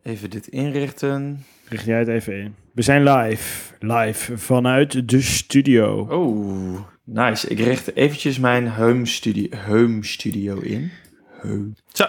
Even dit inrichten. Richt jij het even in. We zijn live vanuit de studio. Oh, nice. Ik richt eventjes mijn home studio in. Zo.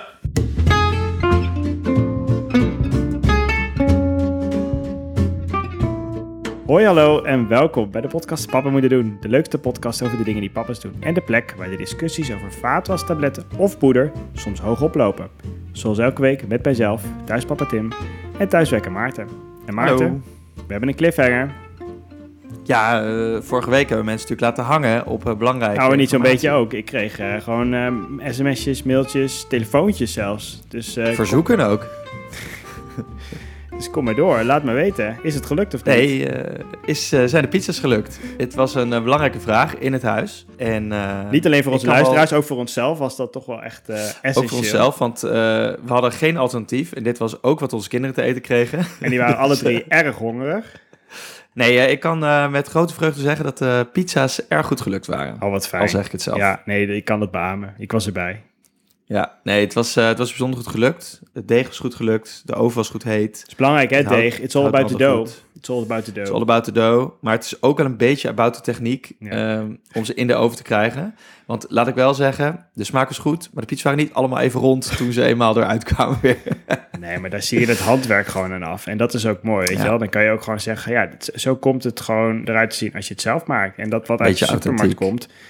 Hoi, hallo en welkom bij de podcast Papa Moet Doen. De leukste podcast over de dingen die papa's doen. En de plek waar de discussies over vaatwas, tabletten of poeder soms hoog oplopen. Zoals elke week met mijzelf, thuispapa Tim en thuiswerker Maarten. En Maarten, Hallo. We hebben een cliffhanger. Ja, vorige week hebben we mensen natuurlijk laten hangen op belangrijke Nou, en niet zo'n informatie. beetje ook. Ik kreeg gewoon sms'jes, mailtjes, telefoontjes zelfs. Dus, Verzoeken ook. Dus kom maar door, laat me weten. Is het gelukt of niet? Nee, zijn de pizza's gelukt? Het was een belangrijke vraag in het huis. En, Niet alleen voor onze ik kan luisteraars, ook voor onszelf was dat toch wel echt essentieel. ook voor onszelf, want we hadden geen alternatief. En dit was ook wat onze kinderen te eten kregen. En die waren alle drie erg hongerig. Nee, ik kan met grote vreugde zeggen dat de pizza's erg goed gelukt waren. Oh, wat fijn. Al zeg ik het zelf. Ja, nee, ik kan het beamen. Ik was erbij. Ja, nee, het was bijzonder goed gelukt. Het deeg was goed gelukt. De oven was goed heet. Het is belangrijk, hè, Het houdt- deeg. It's all houdt about the altijd dough. goed. It's all about the Het is dough. all about the dough. Maar het is ook wel een beetje about de techniek Ja. om ze in de oven te krijgen. Want laat ik wel zeggen, de smaak was goed. Maar de pizza waren niet allemaal even rond toen ze eenmaal eruit kwamen weer. Nee, maar daar zie je het handwerk gewoon aan af. En dat is ook mooi, weet je wel. Dan kan je ook gewoon zeggen, ja, zo komt het gewoon eruit te zien als je het zelf maakt. En dat wat uit de Beetje supermarkt authentiek. komt,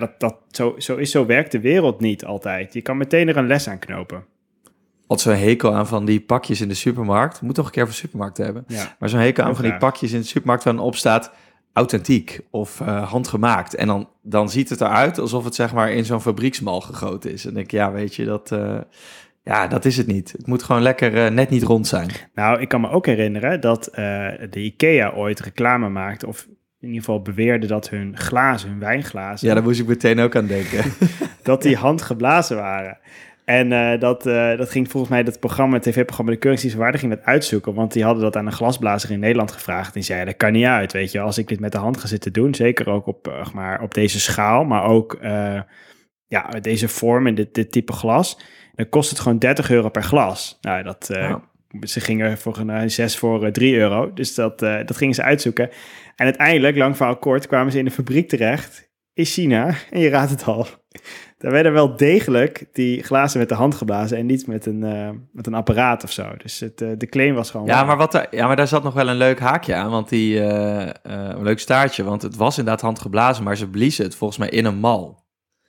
ja, zo werkt de wereld niet altijd. Je kan meteen er een les aan knopen. Had zo'n hekel aan van die pakjes in de supermarkt. Moet toch een keer over supermarkt hebben. Ja. Maar zo'n hekel aan Heel van die graag. pakjes in de supermarkt waar dan op staat authentiek of handgemaakt. En dan ziet het eruit alsof het zeg maar in zo'n fabrieksmal gegoten is. En dan denk ik, ja, weet je, dat is het niet. Het moet gewoon lekker net niet rond zijn. Nou, ik kan me ook herinneren dat de IKEA ooit reclame maakte, of in ieder geval beweerde dat hun wijnglazen, Ja, daar moest ik meteen ook aan denken. dat die handgeblazen waren. En dat ging volgens mij, dat programma, het tv-programma De Keuringsdienst van Waarde, ging dat uitzoeken, want die hadden dat aan een glasblazer in Nederland gevraagd. En die zei, dat kan niet uit, weet je, als ik dit met de hand ga zitten doen, zeker ook op deze schaal, maar ook deze vorm en dit type glas, dan kost het gewoon €30 per glas. Nou, ze gingen voor een 6 voor €3, dus dat gingen ze uitzoeken. En uiteindelijk, lang verhaal kort, kwamen ze in een fabriek terecht in China, en je raadt het al. Daar werden wel degelijk die glazen met de hand geblazen en niet met een apparaat of zo. Dus de claim was gewoon Ja, waar. maar daar zat nog wel een leuk haakje aan, want een leuk staartje. Want het was inderdaad handgeblazen, maar ze bliezen het volgens mij in een mal.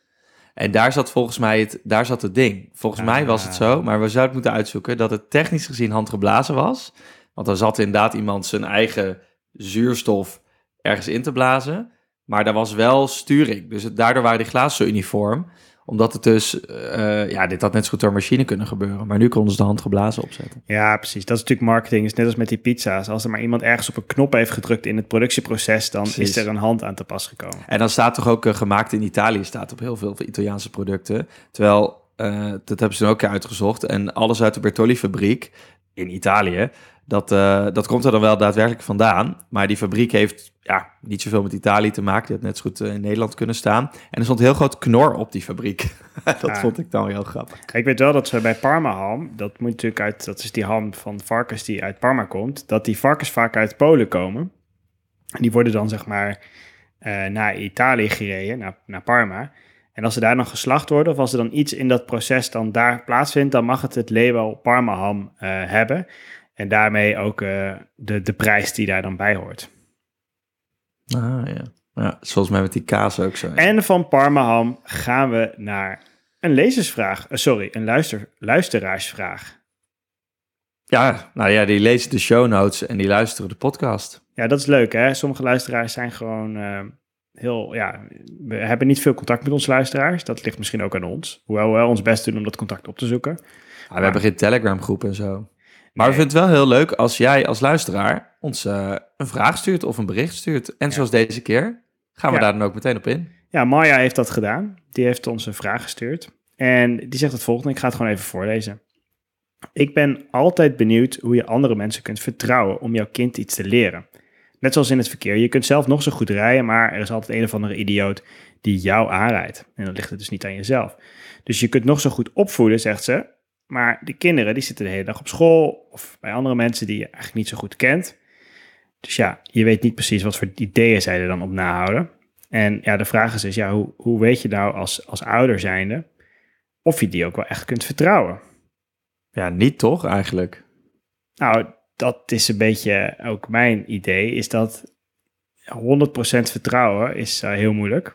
En daar zat volgens mij het ding. Volgens mij was het zo, maar we zouden het moeten uitzoeken dat het technisch gezien handgeblazen was. Want er zat inderdaad iemand zijn eigen zuurstof ergens in te blazen. Maar daar was wel sturing. Dus daardoor waren die glazen zo uniform. Omdat het dus, dit had net zo goed door een machine kunnen gebeuren. Maar nu konden ze de hand geblazen opzetten. Ja, precies. Dat is natuurlijk marketing. Het is net als met die pizza's. Als er maar iemand ergens op een knop heeft gedrukt in het productieproces, dan Precies. is er een hand aan te pas gekomen. En dan staat toch ook gemaakt in Italië, staat op heel veel Italiaanse producten. Terwijl, dat hebben ze dan ook een keer uitgezocht. En alles uit de Bertolli-fabriek in Italië, dat komt er dan wel daadwerkelijk vandaan. Maar die fabriek heeft niet zoveel met Italië te maken. Die had net zo goed in Nederland kunnen staan. En er stond heel groot knor op die fabriek. Dat vond ik dan heel grappig. Ik weet wel dat ze bij Parma ham, dat moet natuurlijk dat is die ham van varkens die uit Parma komt, dat die varkens vaak uit Polen komen. En die worden dan zeg maar naar Italië gereden, naar Parma. En als ze daar dan geslacht worden, of als er dan iets in dat proces dan daar plaatsvindt, dan mag het label Parma ham hebben. En daarmee ook de prijs die daar dan bij hoort. Ah, ja. Ja, volgens mij met die kaas ook zo. En van Parma ham gaan we naar een lezersvraag. Een luisteraarsvraag. Ja, nou ja, die lezen de show notes en die luisteren de podcast. Ja, dat is leuk, hè? Sommige luisteraars zijn gewoon we hebben niet veel contact met onze luisteraars. Dat ligt misschien ook aan ons. Hoewel we wel ons best doen om dat contact op te zoeken. We hebben geen Telegram groep en zo. Maar we vinden het wel heel leuk als jij als luisteraar ons een vraag stuurt of een bericht stuurt. En zoals deze keer gaan we daar dan ook meteen op in. Ja, Maya heeft dat gedaan. Die heeft ons een vraag gestuurd. En die zegt het volgende. Ik ga het gewoon even voorlezen. Ik ben altijd benieuwd hoe je andere mensen kunt vertrouwen om jouw kind iets te leren. Net zoals in het verkeer. Je kunt zelf nog zo goed rijden, maar er is altijd een of andere idioot die jou aanrijdt. En dan ligt het dus niet aan jezelf. Dus je kunt nog zo goed opvoeden, zegt ze. Maar de kinderen, die zitten de hele dag op school of bij andere mensen die je eigenlijk niet zo goed kent. Dus ja, je weet niet precies wat voor ideeën zij er dan op nahouden. En ja, de vraag is dus, ja, hoe weet je nou als ouder zijnde of je die ook wel echt kunt vertrouwen? Ja, niet toch eigenlijk? Nou, dat is een beetje ook mijn idee, is dat 100% vertrouwen is heel moeilijk.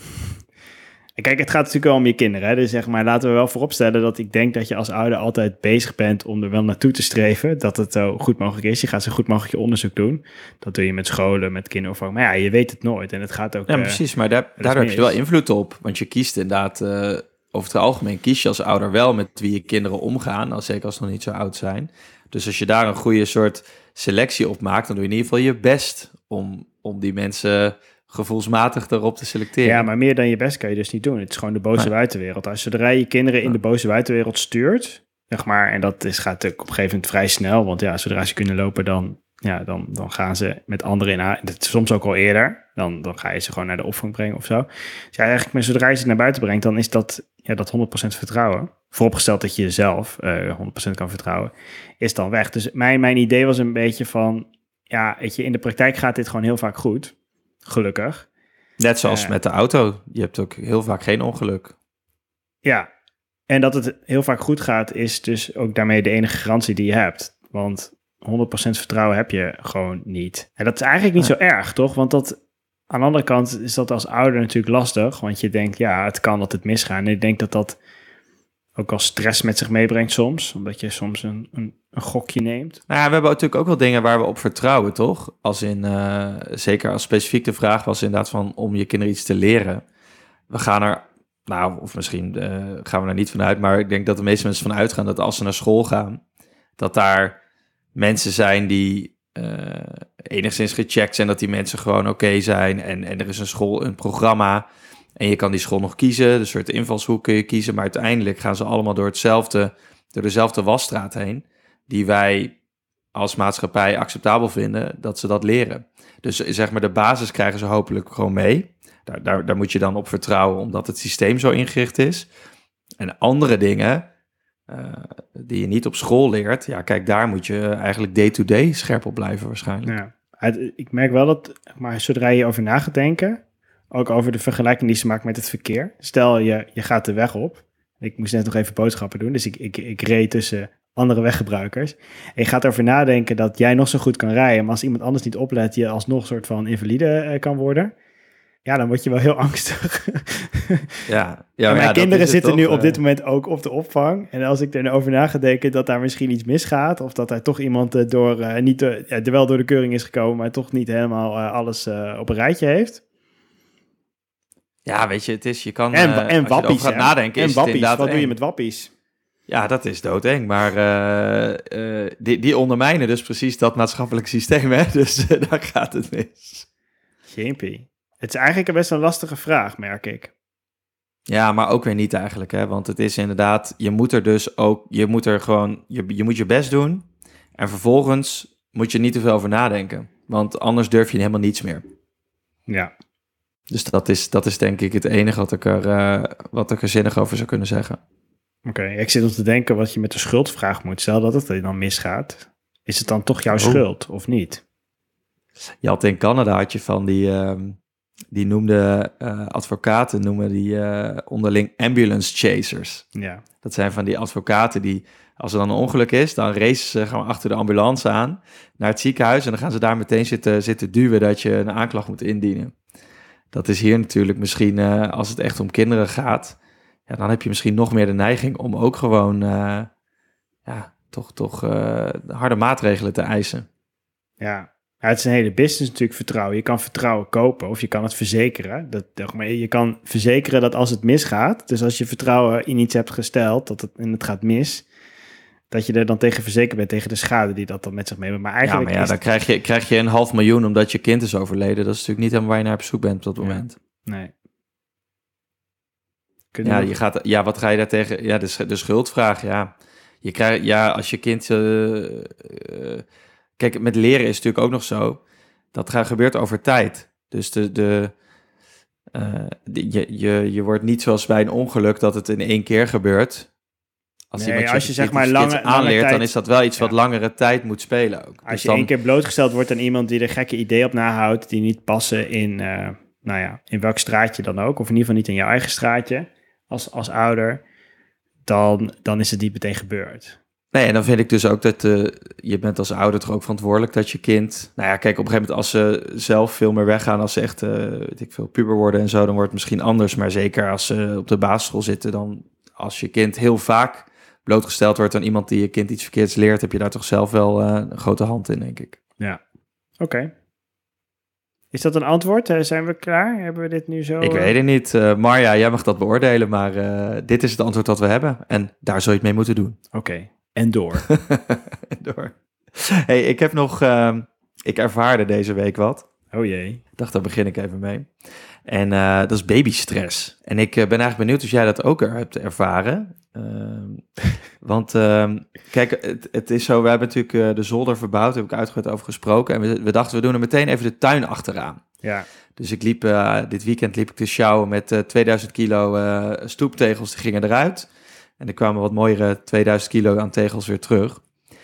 En kijk, het gaat natuurlijk wel om je kinderen. Hè? Dus zeg maar, laten we wel vooropstellen dat ik denk dat je als ouder altijd bezig bent om er wel naartoe te streven. Dat het zo goed mogelijk is. Je gaat zo goed mogelijk je onderzoek doen. Dat doe je met scholen, met kinderopvang. Maar ja, je weet het nooit. En het gaat ook... Ja, precies. Maar daardoor heb je wel invloed op. Want je kiest inderdaad, over het algemeen kies je als ouder wel met wie je kinderen omgaan. Zeker als ze nog niet zo oud zijn. Dus als je daar een goede soort selectie op maakt, dan doe je in ieder geval je best om die mensen gevoelsmatig erop te selecteren. Ja, maar meer dan je best kan je dus niet doen. Het is gewoon de boze buitenwereld. Als zodra je kinderen in de boze buitenwereld stuurt, zeg maar, en dat gaat op een gegeven moment vrij snel, want ja, zodra ze kunnen lopen, dan gaan ze met anderen in haar. Dat is soms ook al eerder. Dan ga je ze gewoon naar de opvang brengen of zo. Dus ja, eigenlijk, maar zodra je ze naar buiten brengt, dan is dat 100% vertrouwen. Vooropgesteld dat je jezelf 100% kan vertrouwen, is dan weg. Dus mijn idee was een beetje van, ja, weet je, in de praktijk gaat dit gewoon heel vaak goed. Gelukkig. Net zoals met de auto. Je hebt ook heel vaak geen ongeluk. Ja, en dat het heel vaak goed gaat, is dus ook daarmee de enige garantie die je hebt. Want 100% vertrouwen heb je gewoon niet. En dat is eigenlijk niet zo erg, toch? Want aan de andere kant is dat als ouder natuurlijk lastig. Want je denkt, ja, het kan altijd misgaan. En ik denk dat dat ook al stress met zich meebrengt soms. Omdat je soms een gokje neemt. Nou ja, we hebben natuurlijk ook wel dingen waar we op vertrouwen, toch? Als in, zeker als specifiek de vraag was inderdaad van om je kinderen iets te leren. We gaan er, nou, of misschien gaan we er niet vanuit, maar ik denk dat de meeste mensen vanuit gaan dat als ze naar school gaan, dat daar mensen zijn die enigszins gecheckt zijn, dat die mensen gewoon oké zijn. En er is een school, een programma. En je kan die school nog kiezen, de soort invalshoek kun je kiezen. Maar uiteindelijk gaan ze allemaal door dezelfde wasstraat heen, die wij als maatschappij acceptabel vinden, dat ze dat leren. Dus zeg maar, de basis krijgen ze hopelijk gewoon mee. Daar moet je dan op vertrouwen, omdat het systeem zo ingericht is. En andere dingen die je niet op school leert, ja, kijk, daar moet je eigenlijk day-to-day scherp op blijven waarschijnlijk. Ja, ik merk wel dat, maar zodra je over na gaat denken, ook over de vergelijking die ze maakt met het verkeer. Stel, je gaat de weg op. Ik moest net nog even boodschappen doen, dus ik reed tussen andere weggebruikers. En je gaat erover nadenken dat jij nog zo goed kan rijden, maar als iemand anders niet oplet, je alsnog een soort van invalide kan worden. Ja, dan word je wel heel angstig. Ja, mijn kinderen zitten nu op dit moment ook op de opvang. En als ik erover na ga denken dat daar misschien iets misgaat, of dat daar toch iemand wel door de keuring is gekomen, maar toch niet helemaal alles op een rijtje heeft. Ja, weet je, het is, je kan... En wappies, als je gaat nadenken, en is wappies, het inderdaad wat doe je eng. met wappies? Ja, dat is doodeng, maar die ondermijnen dus precies dat maatschappelijk systeem, hè? Dus daar gaat het mis. Jeempie. Het is eigenlijk best een lastige vraag, merk ik. Ja, maar ook weer niet eigenlijk, hè? Want het is inderdaad, je moet je best doen en vervolgens moet je niet te veel over nadenken, want anders durf je helemaal niets meer. Ja. Dus dat is denk ik het enige wat ik er zinnig over zou kunnen zeggen. Oké, ik zit om te denken wat je met de schuldvraag moet. Stel dat het dan misgaat. Is het dan toch jouw schuld of niet? Je had in Canada van die noemde advocaten noemen die onderling ambulance chasers. Ja. Dat zijn van die advocaten die, als er dan een ongeluk is, dan racen ze gewoon achter de ambulance aan naar het ziekenhuis en dan gaan ze daar meteen zitten duwen dat je een aanklacht moet indienen. Dat is hier natuurlijk misschien, als het echt om kinderen gaat, ja, dan heb je misschien nog meer de neiging om ook gewoon toch harde maatregelen te eisen. Ja, het is een hele business natuurlijk, vertrouwen. Je kan vertrouwen kopen of je kan het verzekeren. Je kan verzekeren dat als het misgaat, dus als je vertrouwen in iets hebt gesteld en het gaat mis, dat je er dan tegen verzekerd bent, tegen de schade die dat dan met zich meebrengt. Maar eigenlijk dan krijg je $500.000 omdat je kind is overleden. Dat is natuurlijk niet helemaal waar je naar op zoek bent op dat moment. Nee. Wat ga je daar tegen? Ja, de schuldvraag, ja. Als je kind... kijk, met leren is het natuurlijk ook nog zo. Dat gebeurt over tijd. Dus je wordt niet zoals bij een ongeluk dat het in 1 keer gebeurt. Als je zeg maar lange aanleert, tijd, dan is dat wel iets wat langere tijd moet spelen ook. Als je 1 keer blootgesteld wordt aan iemand die er gekke ideeën op nahoudt, die niet passen in, in welk straatje dan ook, of in ieder geval niet in jouw eigen straatje als ouder, dan is het niet meteen gebeurd. Nee, en dan vind ik dus ook dat je bent als ouder toch ook verantwoordelijk dat je kind... Nou ja, kijk, op een gegeven moment als ze zelf veel meer weggaan, als ze echt, weet ik veel, puber worden en zo, dan wordt het misschien anders. Maar zeker als ze op de basisschool zitten, dan als je kind heel vaak blootgesteld wordt aan iemand die je kind iets verkeerds leert, heb je daar toch zelf wel een grote hand in, denk ik. Ja, oké. Is dat een antwoord? Zijn we klaar? Hebben we dit nu zo... Ik weet het niet. Marja, jij mag dat beoordelen, maar dit is het antwoord dat we hebben. En daar zul je het mee moeten doen. Oké. En door. En door. Hey, ik heb nog... ik ervaarde deze week wat. Oh jee. Ik dacht, daar begin ik even mee. En dat is babystress. En ik ben eigenlijk benieuwd of jij dat ook hebt ervaren. Want kijk, het is zo... We hebben natuurlijk de zolder verbouwd. Daar heb ik uitgebreid over gesproken. En we dachten, we doen er meteen even de tuin achteraan. Ja. Dus ik liep dit weekend te sjouwen met 2000 kilo stoeptegels. Die gingen eruit. En er kwamen wat mooiere 2000 kilo aan tegels weer terug.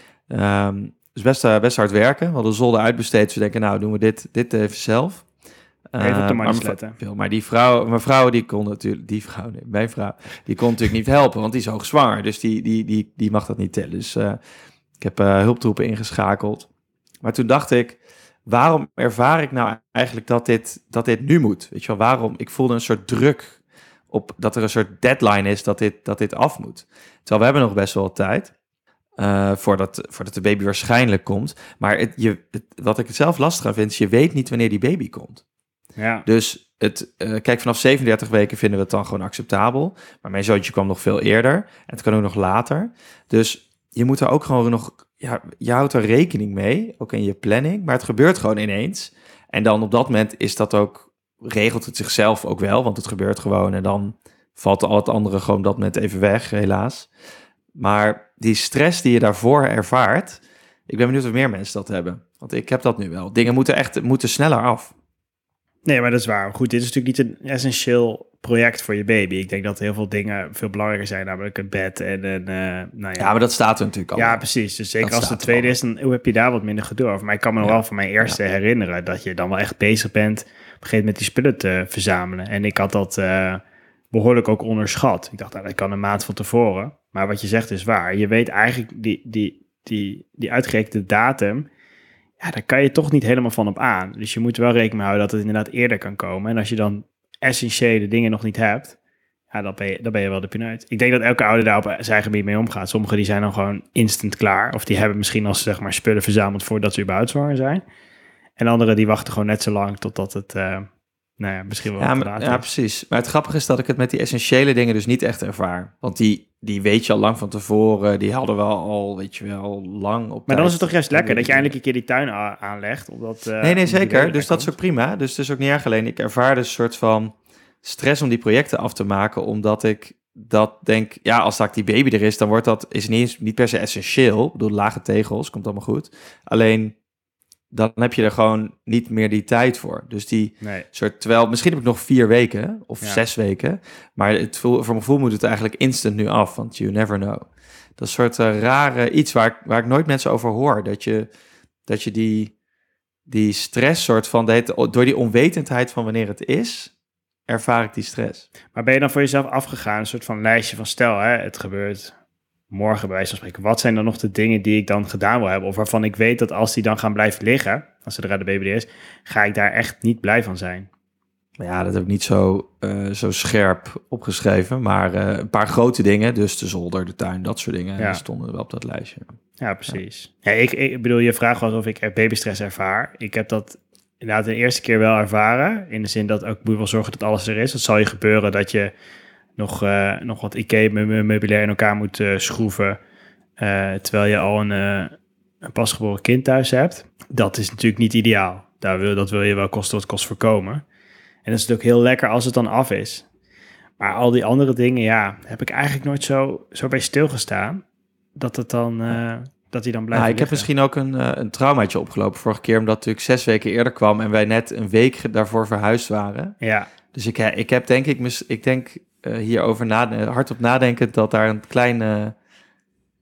Dus best hard werken. We hadden de zolder uitbesteed. Dus we denken, nou doen we dit even zelf. Even op de mandjes letten. Maar mijn vrouw, die kon natuurlijk... mijn vrouw, die kon natuurlijk niet helpen. Want die is hoogzwanger. Dus die mag dat niet tellen. Dus ik heb hulptroepen ingeschakeld. Maar toen dacht ik, waarom ervaar ik nou eigenlijk dat dit nu moet? Weet je wel, waarom? Ik voelde een soort druk op dat er een soort deadline is dat dit af moet. Terwijl we hebben nog best wel wat tijd voordat de baby waarschijnlijk komt. Maar wat ik het zelf lastig aan vind, is je weet niet wanneer die baby komt. Ja. Dus kijk, vanaf 37 weken vinden we het dan gewoon acceptabel. Maar mijn zoontje kwam nog veel eerder. En het kan ook nog later. Dus je moet er ook gewoon nog... Ja, je houdt er rekening mee, ook in je planning. Maar het gebeurt gewoon ineens. En dan op dat moment is dat ook... regelt het zichzelf ook wel, want het gebeurt gewoon. En dan valt al het andere gewoon op dat moment even weg, helaas. Maar die stress die je daarvoor ervaart... Ik ben benieuwd of meer mensen dat hebben. Want ik heb dat nu wel. Dingen moeten sneller af. Nee, maar dat is waar. Goed, dit is natuurlijk niet een essentieel project voor je baby. Ik denk dat heel veel dingen veel belangrijker zijn, namelijk een bed en een... Ja, maar dat staat er natuurlijk al. Ja, precies. Dus zeker als de tweede is, dan heb je daar wat minder gedoe over. Maar ik kan me nog wel van mijn eerste herinneren dat je dan wel echt bezig bent op een gegeven moment die spullen te verzamelen. En ik had dat behoorlijk ook onderschat. Ik dacht, dat kan een maand van tevoren. Maar wat je zegt is waar. Je weet eigenlijk die uitgerekende datum... Ja, daar kan je toch niet helemaal van op aan. Dus je moet wel rekening mee houden dat het inderdaad eerder kan komen. En als je dan essentiële dingen nog niet hebt, ja, dan ben je wel de pineut. Ik denk dat elke ouder daar op zijn gebied mee omgaat. Sommigen die zijn dan gewoon instant klaar. Of die hebben misschien al zeg maar spullen verzameld voordat ze überhaupt zwanger zijn. En anderen die wachten gewoon net zo lang totdat het misschien wel te laat is. Ja, precies. Maar het grappige is dat ik het met die essentiële dingen dus niet echt ervaar. Want die weet je al lang van tevoren. Die hadden we al, weet je wel, lang op. Maar dan is het toch juist lekker dat je eindelijk een keer die tuin aanlegt. Omdat, nee, zeker. Dus dat is ook prima. Dus het is ook niet erg. Alleen ik ervaar dus een soort van stress om die projecten af te maken. Omdat ik dat denk, ja, als straks die baby er is, dan wordt dat is niet per se essentieel. Ik bedoel, lage tegels, komt allemaal goed. Alleen... dan heb je er gewoon niet meer die tijd voor. Dus terwijl, misschien heb ik nog 4 weken of 6 weken, maar voor mijn gevoel moet het eigenlijk instant nu af, want you never know. Dat is een soort rare iets waar ik nooit mensen over hoor, dat je die stress soort van, door die onwetendheid van wanneer het is, ervaar ik die stress. Maar ben je dan voor jezelf afgegaan, een soort van lijstje van stel, het gebeurt... morgen bij wijze van spreken, wat zijn dan nog de dingen die ik dan gedaan wil hebben? Of waarvan ik weet dat als die dan gaan blijven liggen, als er de baby er is, ga ik daar echt niet blij van zijn. Ja, dat heb ik niet zo scherp opgeschreven, maar een paar grote dingen, dus de zolder, de tuin, dat soort dingen, stonden wel op dat lijstje. Ja, precies. Ja. Ik bedoel, je vraag was of ik babystress ervaar. Ik heb dat inderdaad de eerste keer wel ervaren, in de zin dat ook moet wel zorgen dat alles er is. Het zal je gebeuren dat je nog wat IKEA-meubilair in elkaar moet schroeven, terwijl je al een pasgeboren kind thuis hebt. Dat is natuurlijk niet ideaal. Dat wil je wel kosten wat kost voorkomen. En dat is natuurlijk heel lekker als het dan af is. Maar al die andere dingen, heb ik eigenlijk nooit zo bij stilgestaan, dat het dan... dat hij dan blijft ik heb misschien ook een traumaatje opgelopen vorige keer, omdat het natuurlijk 6 weken eerder kwam en wij net een week daarvoor verhuisd waren. Ja. Dus ik heb denk ik hierover hardop nadenkend dat daar een klein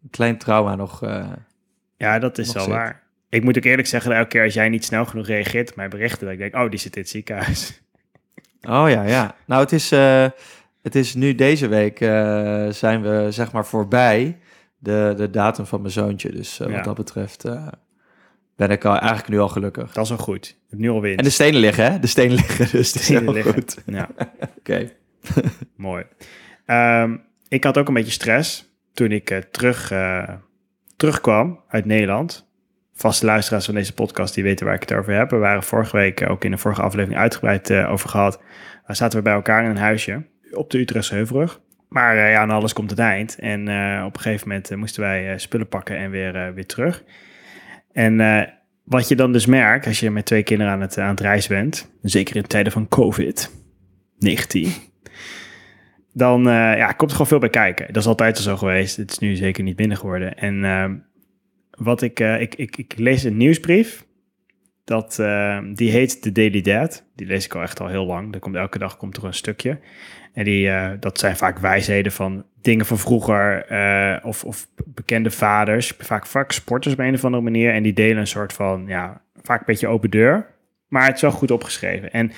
klein trauma nog. Ja, dat is nog wel zit. waar. Ik moet ook eerlijk zeggen, dat elke keer als jij niet snel genoeg reageert op mijn berichten, dat ik denk, oh, die zit in het ziekenhuis. Oh ja. Nou, het is nu deze week zijn we zeg maar voorbij de datum van mijn zoontje. Dus Ja. wat dat betreft ben ik eigenlijk nu al gelukkig. Dat is al goed. Ik heb nu al winst. En de stenen liggen, hè? De stenen liggen, dus het is Stenen heel liggen. goed. Ja, Oké. mooi. Ik had ook een beetje stress toen ik terugkwam uit Nederland. Vaste luisteraars van deze podcast, die weten waar ik het over heb. We waren vorige week ook in de vorige aflevering uitgebreid over gehad. Daar zaten we bij elkaar in een huisje op de Utrechtse Heuvelrug. Maar aan alles komt het eind. En op een gegeven moment moesten wij spullen pakken en weer terug. En wat je dan dus merkt als je met 2 kinderen aan het reizen bent, zeker in tijden van COVID-19, dan komt er gewoon veel bij kijken. Dat is altijd al zo geweest. Het is nu zeker niet minder geworden. En wat ik lees een nieuwsbrief. Die heet The Daily Dad. Die lees ik al heel lang. Elke dag komt er een stukje. En dat zijn vaak wijsheden van dingen van vroeger of bekende vaders. Vaak sporters op een of andere manier. En die delen een soort van, vaak een beetje open deur. Maar het is wel goed opgeschreven. En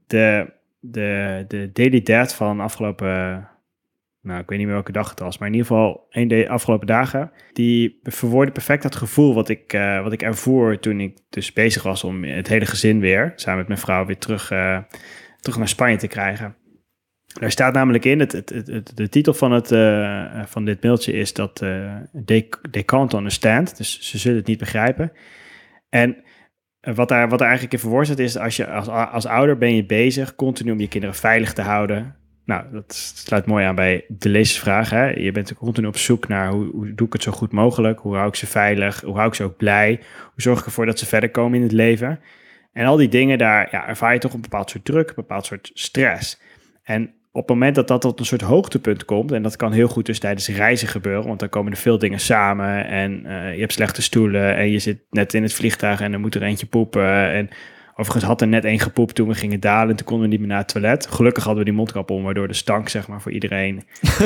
de Daily Dad van afgelopen, ik weet niet meer welke dag het was, maar in ieder geval de afgelopen dagen, die verwoordde perfect dat gevoel wat ik ervoer toen ik dus bezig was om het hele gezin weer, samen met mijn vrouw, weer terug naar Spanje te krijgen. Daar staat namelijk in, de titel van dit mailtje is dat they can't understand, dus ze zullen het niet begrijpen. En wat daar eigenlijk in verwoord staat is, als je als ouder ben je bezig continu om je kinderen veilig te houden. Nou, dat sluit mooi aan bij de lezersvraag. Hè? Je bent continu op zoek naar hoe doe ik het zo goed mogelijk? Hoe hou ik ze veilig? Hoe hou ik ze ook blij? Hoe zorg ik ervoor dat ze verder komen in het leven? En al die dingen, daar ervaar je toch een bepaald soort druk, een bepaald soort stress. En op het moment dat tot een soort hoogtepunt komt, en dat kan heel goed dus tijdens reizen gebeuren, want dan komen er veel dingen samen en je hebt slechte stoelen en je zit net in het vliegtuig en er moet er eentje poepen. En overigens had er net één gepoept toen we gingen dalen en toen konden we niet meer naar het toilet. Gelukkig hadden we die mondkap om, waardoor de stank zeg maar voor iedereen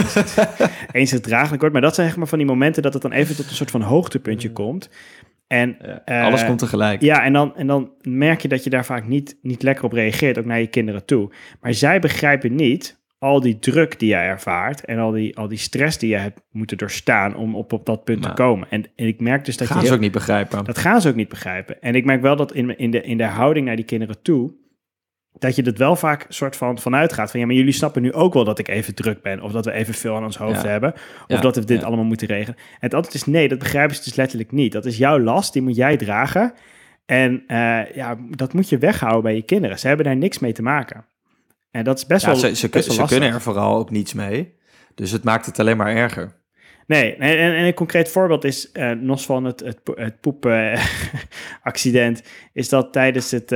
eens draaglijk wordt. Maar dat zijn zeg maar van die momenten dat het dan even tot een soort van hoogtepuntje komt. En, alles komt tegelijk. Ja, en dan merk je dat je daar vaak niet lekker op reageert, ook naar je kinderen toe. Maar zij begrijpen niet al die druk die jij ervaart en al die stress die je hebt moeten doorstaan om op dat punt te komen. En ik merk dus dat gaan ze ook niet begrijpen. Dat gaan ze ook niet begrijpen. En ik merk wel dat in de houding naar die kinderen toe, dat je er wel vaak soort van uitgaat van, ja, maar jullie snappen nu ook wel dat ik even druk ben, of dat we even veel aan ons hoofd hebben, of dat we dit allemaal moeten regelen. En het antwoord is nee, dat begrijpen ze dus letterlijk niet. Dat is jouw last, die moet jij dragen. En dat moet je weghouden bij je kinderen. Ze hebben daar niks mee te maken. En dat is best wel lastig. Ze kunnen er vooral ook niets mee. Dus het maakt het alleen maar erger. Nee, en een concreet voorbeeld is, los van het poepaccident, is dat tijdens het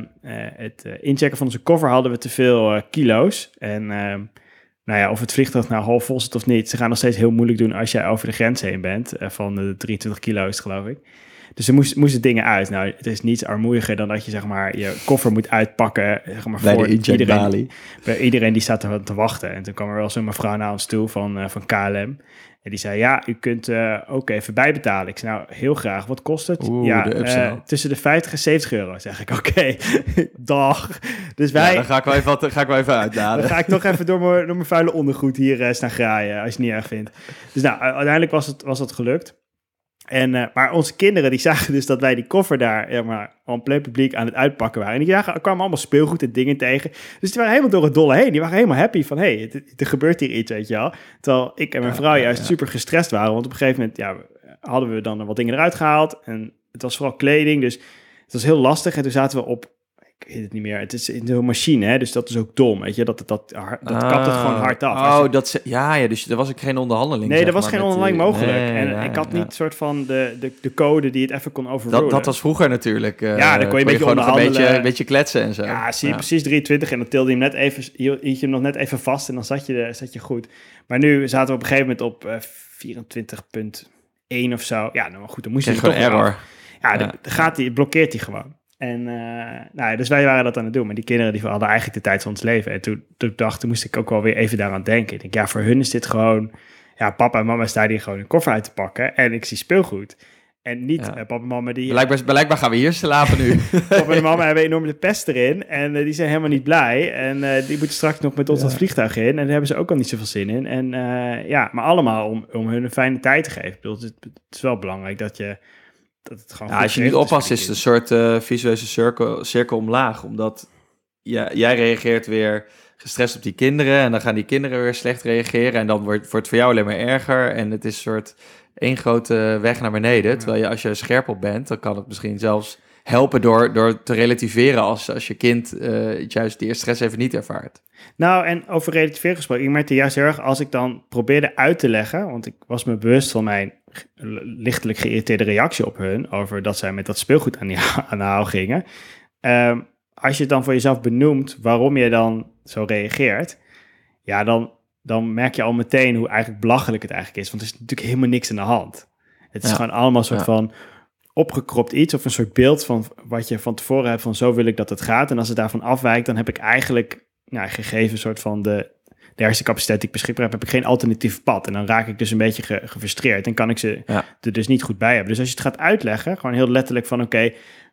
inchecken van onze koffer hadden we te veel kilo's. En of het vliegtuig nou half vol zit of niet, ze gaan nog steeds heel moeilijk doen als jij over de grens heen bent. Van de 23 kilo is het, geloof ik. Dus er moesten dingen uit. Nou, het is niets armoeiger dan dat je zeg maar je koffer moet uitpakken zeg maar, bij voor iedereen. Bij iedereen die staat er te wachten. En toen kwam er wel zo'n mevrouw naar ons toe van KLM. En die zei, ja, u kunt ook even bijbetalen. Ik zei, nou, heel graag. Wat kost het? Tussen de 50 en 70 euro. Zeg ik, oké, dag. Dus wij... dan ga ik wel even uitdaden. Dan ga ik toch even door mijn vuile ondergoed hier staan graaien, als je het niet erg vindt. Dus nou, uiteindelijk was het gelukt. Maar onze kinderen die zagen dus dat wij die koffer daar al plein publiek aan het uitpakken waren. En die kwamen allemaal speelgoed en dingen tegen. Dus die waren helemaal door het dolle heen. Die waren helemaal happy van, er gebeurt hier iets, weet je wel. Terwijl ik en mijn vrouw juist super gestrest waren. Want op een gegeven moment hadden we dan wat dingen eruit gehaald. En het was vooral kleding, dus het was heel lastig. En toen zaten we op, ik weet het niet meer, het is in de machine, hè, dus dat is ook dom, weet je, dat kapt het gewoon hard af. Dus er was ook geen onderhandeling. Nee, er was geen onderhandeling mogelijk. Ik had niet soort van de code die het even kon overrulen. Dat was vroeger natuurlijk. Dan kon je een beetje onderhandelen. Een beetje kletsen en zo. Ja, precies 23 en dan tilde je hem net even, hield je hem nog net even vast en dan zat je goed. Maar nu zaten we op een gegeven moment op 24.1 of zo. Ja, nou goed, dan moest je gewoon error. Blokkeert hij gewoon. En dus wij waren dat aan het doen. Maar die kinderen die hadden eigenlijk de tijd van ons leven. En toen moest ik ook wel weer even daaraan denken. Ik denk, voor hun is dit gewoon Ja, papa en mama staan hier gewoon een koffer uit te pakken en ik zie speelgoed. En niet papa en mama die... Blijkbaar gaan we hier slapen nu. Papa en mama hebben enorm de pest erin en die zijn helemaal niet blij. En die moeten straks nog met ons dat vliegtuig in en daar hebben ze ook al niet zoveel zin in. En maar allemaal om hun een fijne tijd te geven. Ik bedoel, het is wel belangrijk dat het gewoon... Ja, als je niet oppast is het een soort visuele cirkel omlaag, omdat jij reageert weer gestrest op die kinderen en dan gaan die kinderen weer slecht reageren en dan wordt het voor jou alleen maar erger en het is een soort één grote weg naar beneden. Terwijl als je er scherp op bent, dan kan het misschien zelfs helpen door te relativeren als je kind juist die stress even niet ervaart. Nou, en over relativeren gesproken, ik merkte juist heel erg als ik dan probeerde uit te leggen, want ik was me bewust van mijn lichtelijk geïrriteerde reactie op hun, over dat zij met dat speelgoed aan de haal gingen. Als je het dan voor jezelf benoemt waarom je dan zo reageert, ja, dan merk je al meteen hoe eigenlijk belachelijk het eigenlijk is. Want er is natuurlijk helemaal niks aan de hand. Het is gewoon allemaal een soort van opgekropt iets of een soort beeld van wat je van tevoren hebt van zo wil ik dat het gaat. En als het daarvan afwijkt, dan heb ik eigenlijk gegeven een soort van de hersencapaciteit die ik beschikbaar heb ik geen alternatief pad. En dan raak ik dus een beetje gefrustreerd en kan ik ze er dus niet goed bij hebben. Dus als je het gaat uitleggen, gewoon heel letterlijk van oké,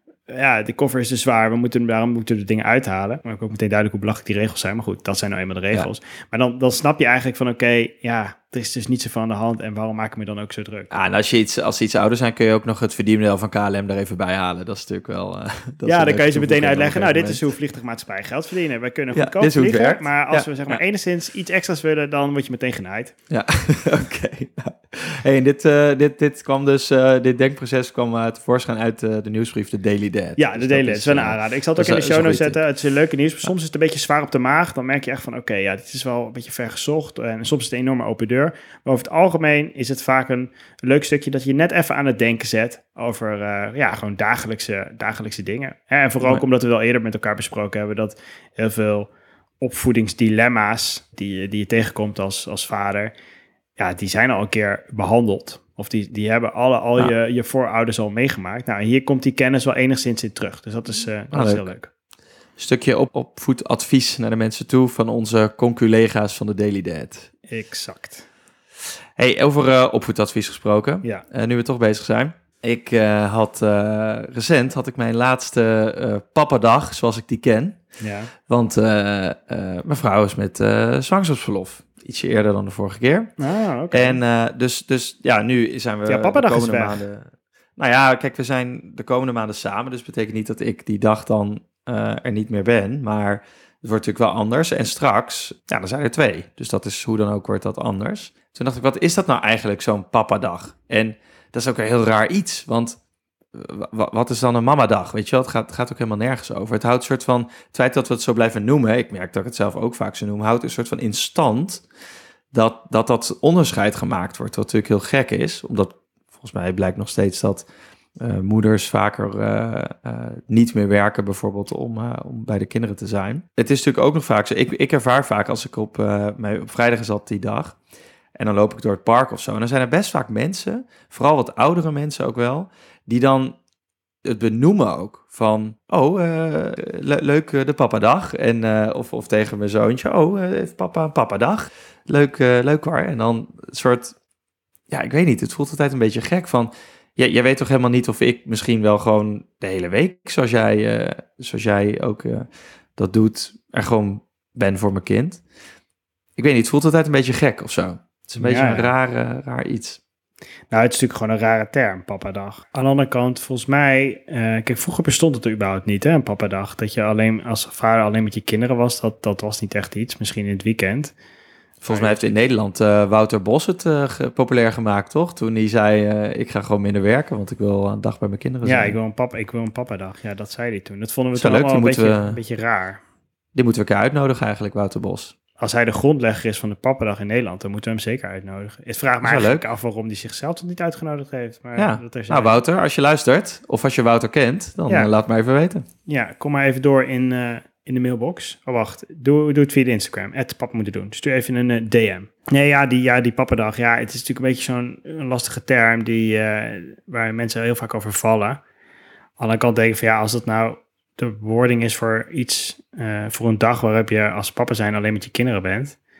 de koffer is te zwaar, daarom moeten we de dingen uithalen. Maar ook meteen duidelijk hoe belachelijk die regels zijn. Maar goed, dat zijn nou eenmaal de regels. Ja. Maar dan snap je eigenlijk van er is dus niet zoveel aan de hand en waarom maak ik me dan ook zo druk? En als ze iets ouder zijn, kun je ook nog het verdienmodel van KLM er even bij halen. Dat is natuurlijk wel... dan kan je ze meteen uitleggen. Dit is hoe vliegtuigmaatschappij geld verdienen. Wij kunnen goedkoop vliegen, maar als we zeg maar enigszins iets extra's willen, dan word je meteen genaaid. Ja, oké. Hey, dit kwam dus, dit denkproces kwam tevoorschijn uit de nieuwsbrief, de Daily Dad. Ja, de Daily Dad is wel een aanrader. Ik zal het ook in de show notes zetten. Het is een leuke nieuws. Soms is het een beetje zwaar op de maag. Dan merk je echt van, dit is wel een beetje ver gezocht. En soms is het een enorme open deur. Maar over het algemeen is het vaak een leuk stukje dat je net even aan het denken zet over gewoon dagelijkse dingen. En vooral ook omdat we wel eerder met elkaar besproken hebben dat heel veel opvoedingsdilemma's die je tegenkomt als vader, die zijn al een keer behandeld. Of die hebben je voorouders al meegemaakt. Nou, hier komt die kennis wel enigszins in terug. Dus dat is heel leuk. Een stukje opvoedadvies naar de mensen toe van onze conculega's van de Daily Dad. Exact. Hey, over opvoedadvies gesproken. Ja. Nu we toch bezig zijn. Ik had recent mijn laatste papadag, zoals ik die ken. Ja. Want mijn vrouw is met zwangerschapsverlof. Ietsje eerder dan de vorige keer. Ah, oké. En dus nu zijn we papadag de komende is weg. maanden... Nou ja, kijk, we zijn de komende maanden samen. Dus dat betekent niet dat ik die dag dan er niet meer ben. Maar het wordt natuurlijk wel anders. En straks, dan zijn er 2. Dus dat is hoe dan ook wordt dat anders. Toen dacht ik, wat is dat nou eigenlijk, zo'n papadag? En dat is ook een heel raar iets. Want wat is dan een mamadag? Weet je wel, het gaat ook helemaal nergens over. Het houdt een soort van, het feit dat we het zo blijven noemen, ik merk dat ik het zelf ook vaak zo noem, houdt een soort van in stand dat onderscheid gemaakt wordt. Wat natuurlijk heel gek is, omdat volgens mij blijkt nog steeds dat moeders vaker niet meer werken, bijvoorbeeld om bij de kinderen te zijn. Het is natuurlijk ook nog vaak zo, ik ervaar vaak als ik op vrijdag zat die dag, en dan loop ik door het park of zo. En dan zijn er best vaak mensen, vooral wat oudere mensen ook wel, die dan het benoemen ook van, leuk de papadag. En, of tegen mijn zoontje, heeft papa een papadag. Leuk hoor. En dan een soort, ik weet niet, het voelt altijd een beetje gek van, jij weet toch helemaal niet of ik misschien wel gewoon de hele week, zoals jij ook dat doet, er gewoon ben voor mijn kind. Ik weet niet, het voelt altijd een beetje gek of zo. Het is een beetje een raar iets. Nou, het is natuurlijk gewoon een rare term, papadag. Aan de andere kant, volgens mij, kijk, vroeger bestond het überhaupt niet, een papadag. Dat je alleen als vader alleen met je kinderen was, dat was niet echt iets. Misschien in het weekend. Volgens mij heeft in Nederland Wouter Bos het populair gemaakt, toch? Toen hij zei, ik ga gewoon minder werken, want ik wil een dag bij mijn kinderen zijn. Ja, ik wil een papadag. Ja, dat zei hij toen. Dat vonden we toen allemaal een beetje raar. Die moeten we een keer uitnodigen eigenlijk, Wouter Bos. Als hij de grondlegger is van de papadag in Nederland, dan moeten we hem zeker uitnodigen. Het vraagt me eigenlijk af waarom hij zichzelf toch niet uitgenodigd heeft. Maar nou Wouter, als je luistert, of als je Wouter kent, dan laat me even weten. Ja, kom maar even door in de mailbox. Oh, wacht. Doe het via de Instagram. @papa moeten doen. Stuur even een DM. Nee, die papadag. Ja, het is natuurlijk een beetje zo'n lastige term waar mensen heel vaak over vallen. Aan de andere kant denk ik van als dat nou de wording is voor iets, voor een dag waarop je als papa zijn alleen met je kinderen bent.